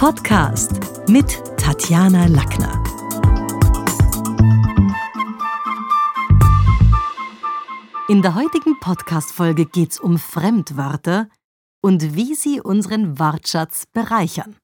Podcast mit Tatjana Lackner. In der heutigen Podcast-Folge geht's um Fremdwörter und wie sie unseren Wortschatz bereichern.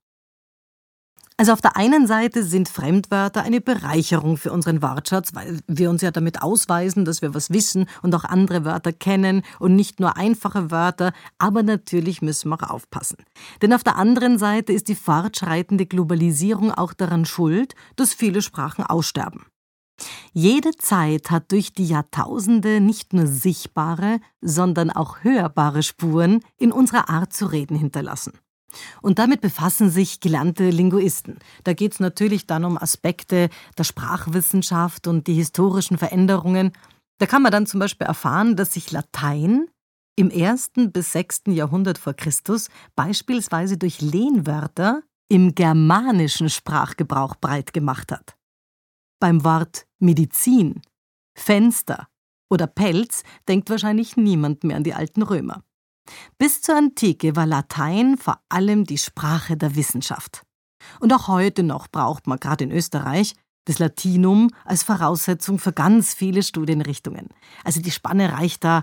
Also auf der einen Seite sind Fremdwörter eine Bereicherung für unseren Wortschatz, weil wir uns ja damit ausweisen, dass wir was wissen und auch andere Wörter kennen und nicht nur einfache Wörter, aber natürlich müssen wir auch aufpassen. Denn auf der anderen Seite ist die fortschreitende Globalisierung auch daran schuld, dass viele Sprachen aussterben. Jede Zeit hat durch die Jahrtausende nicht nur sichtbare, sondern auch hörbare Spuren in unserer Art zu reden hinterlassen. Und damit befassen sich gelernte Linguisten. Da geht es natürlich dann um Aspekte der Sprachwissenschaft und die historischen Veränderungen. Da kann man dann zum Beispiel erfahren, dass sich Latein im 1. bis 6. Jahrhundert vor Christus beispielsweise durch Lehnwörter im germanischen Sprachgebrauch breit gemacht hat. Beim Wort Medizin, Fenster oder Pelz denkt wahrscheinlich niemand mehr an die alten Römer. Bis zur Antike war Latein vor allem die Sprache der Wissenschaft. Und auch heute noch braucht man, gerade in Österreich, das Latinum als Voraussetzung für ganz viele Studienrichtungen. Also die Spanne reicht da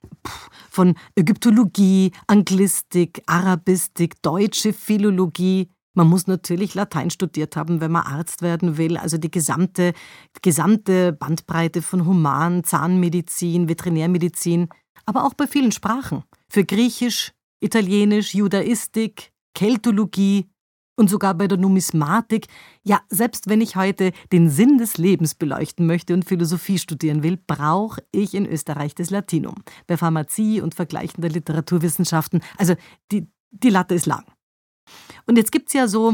von Ägyptologie, Anglistik, Arabistik, deutsche Philologie. Man muss natürlich Latein studiert haben, wenn man Arzt werden will. Also die gesamte Bandbreite von Human-, Zahnmedizin, Veterinärmedizin, aber auch bei vielen Sprachen. Für Griechisch, Italienisch, Judaistik, Keltologie und sogar bei der Numismatik. Ja, selbst wenn ich heute den Sinn des Lebens beleuchten möchte und Philosophie studieren will, brauche ich in Österreich das Latinum. Bei Pharmazie und vergleichender Literaturwissenschaften, also die Latte ist lang. Und jetzt gibt es ja so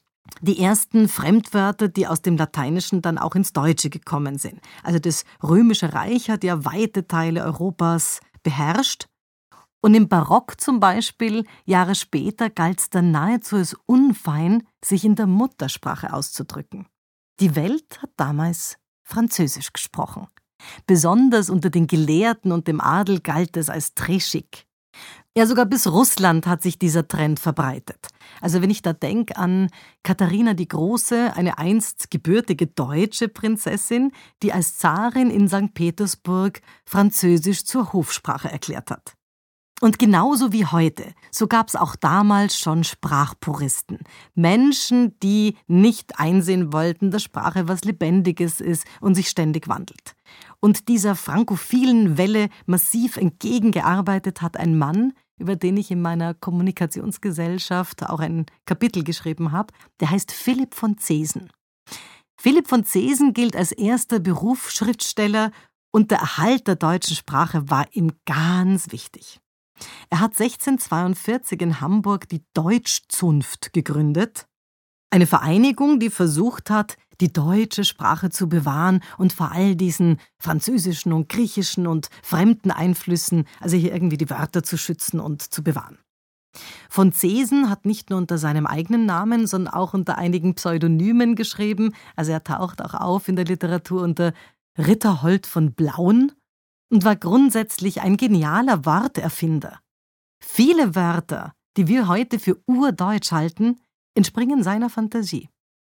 die ersten Fremdwörter, die aus dem Lateinischen dann auch ins Deutsche gekommen sind. Also das Römische Reich hat ja weite Teile Europas beherrscht. Und im Barock zum Beispiel, Jahre später, galt es dann nahezu als unfein, sich in der Muttersprache auszudrücken. Die Welt hat damals Französisch gesprochen. Besonders unter den Gelehrten und dem Adel galt es als très chic. Ja, sogar bis Russland hat sich dieser Trend verbreitet. Also wenn ich da denke an Katharina die Große, eine einst gebürtige deutsche Prinzessin, die als Zarin in St. Petersburg Französisch zur Hofsprache erklärt hat. Und genauso wie heute, so gab es auch damals schon Sprachpuristen. Menschen, die nicht einsehen wollten, dass Sprache was Lebendiges ist und sich ständig wandelt. Und dieser frankophilen Welle massiv entgegengearbeitet hat ein Mann, über den ich in meiner Kommunikationsgesellschaft auch ein Kapitel geschrieben habe, der heißt Philipp von Zesen. Philipp von Zesen gilt als erster Berufsschriftsteller und der Erhalt der deutschen Sprache war ihm ganz wichtig. Er hat 1642 in Hamburg die Deutschzunft gegründet, eine Vereinigung, die versucht hat, die deutsche Sprache zu bewahren und vor all diesen französischen und griechischen und fremden Einflüssen, also hier irgendwie die Wörter zu schützen und zu bewahren. Von Zesen hat nicht nur unter seinem eigenen Namen, sondern auch unter einigen Pseudonymen geschrieben. Also er taucht auch auf in der Literatur unter Ritterhold von Blauen und war grundsätzlich ein genialer Worterfinder. Viele Wörter, die wir heute für urdeutsch halten, entspringen seiner Fantasie.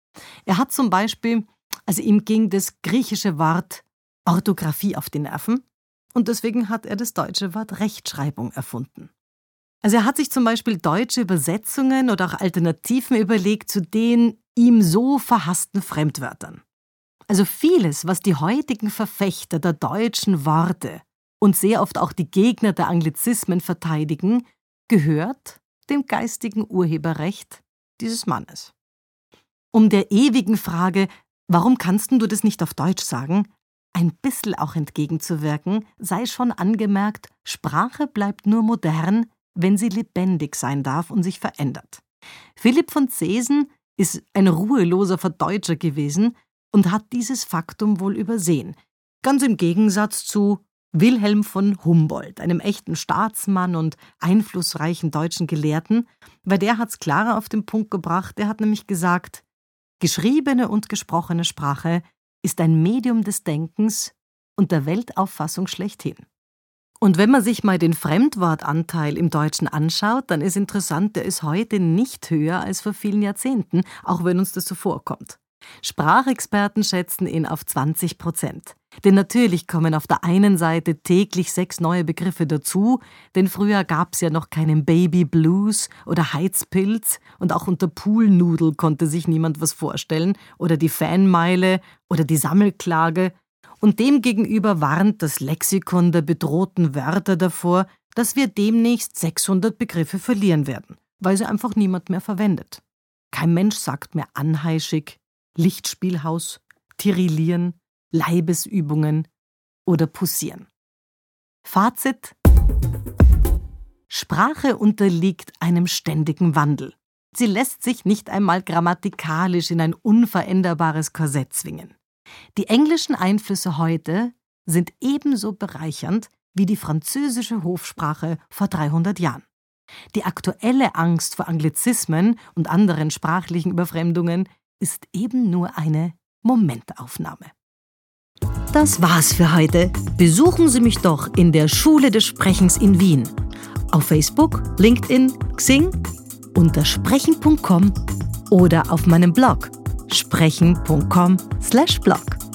Er hat zum Beispiel, also ihm ging das griechische Wort Orthographie auf die Nerven und deswegen hat er das deutsche Wort Rechtschreibung erfunden. Also er hat sich zum Beispiel deutsche Übersetzungen oder auch Alternativen überlegt zu den ihm so verhassten Fremdwörtern. Also vieles, was die heutigen Verfechter der deutschen Worte und sehr oft auch die Gegner der Anglizismen verteidigen, gehört dem geistigen Urheberrecht dieses Mannes. Um der ewigen Frage, warum kannst du das nicht auf Deutsch sagen, ein bisschen auch entgegenzuwirken, sei schon angemerkt, Sprache bleibt nur modern, wenn sie lebendig sein darf und sich verändert. Philipp von Zesen ist ein ruheloser Verdeutscher gewesen und hat dieses Faktum wohl übersehen. Ganz im Gegensatz zu Wilhelm von Humboldt, einem echten Staatsmann und einflussreichen deutschen Gelehrten, weil der hat es klarer auf den Punkt gebracht. Der hat nämlich gesagt, geschriebene und gesprochene Sprache ist ein Medium des Denkens und der Weltauffassung schlechthin. Und wenn man sich mal den Fremdwortanteil im Deutschen anschaut, dann ist interessant, der ist heute nicht höher als vor vielen Jahrzehnten, auch wenn uns das so vorkommt. Sprachexperten schätzen ihn auf 20%. Denn natürlich kommen auf der einen Seite täglich 6 neue Begriffe dazu, denn früher gab es ja noch keinen Baby Blues oder Heizpilz und auch unter Poolnudel konnte sich niemand was vorstellen oder die Fanmeile oder die Sammelklage. Und demgegenüber warnt das Lexikon der bedrohten Wörter davor, dass wir demnächst 600 Begriffe verlieren werden, weil sie einfach niemand mehr verwendet. Kein Mensch sagt mehr anheischig, Lichtspielhaus, Tirillieren, Leibesübungen oder Pussieren. Fazit: Sprache unterliegt einem ständigen Wandel. Sie lässt sich nicht einmal grammatikalisch in ein unveränderbares Korsett zwingen. Die englischen Einflüsse heute sind ebenso bereichernd wie die französische Hofsprache vor 300 Jahren. Die aktuelle Angst vor Anglizismen und anderen sprachlichen Überfremdungen ist eben nur eine Momentaufnahme. Das war's für heute. Besuchen Sie mich doch in der Schule des Sprechens in Wien. Auf Facebook, LinkedIn, Xing, unter sprechen.com oder auf meinem Blog sprechen.com/blog.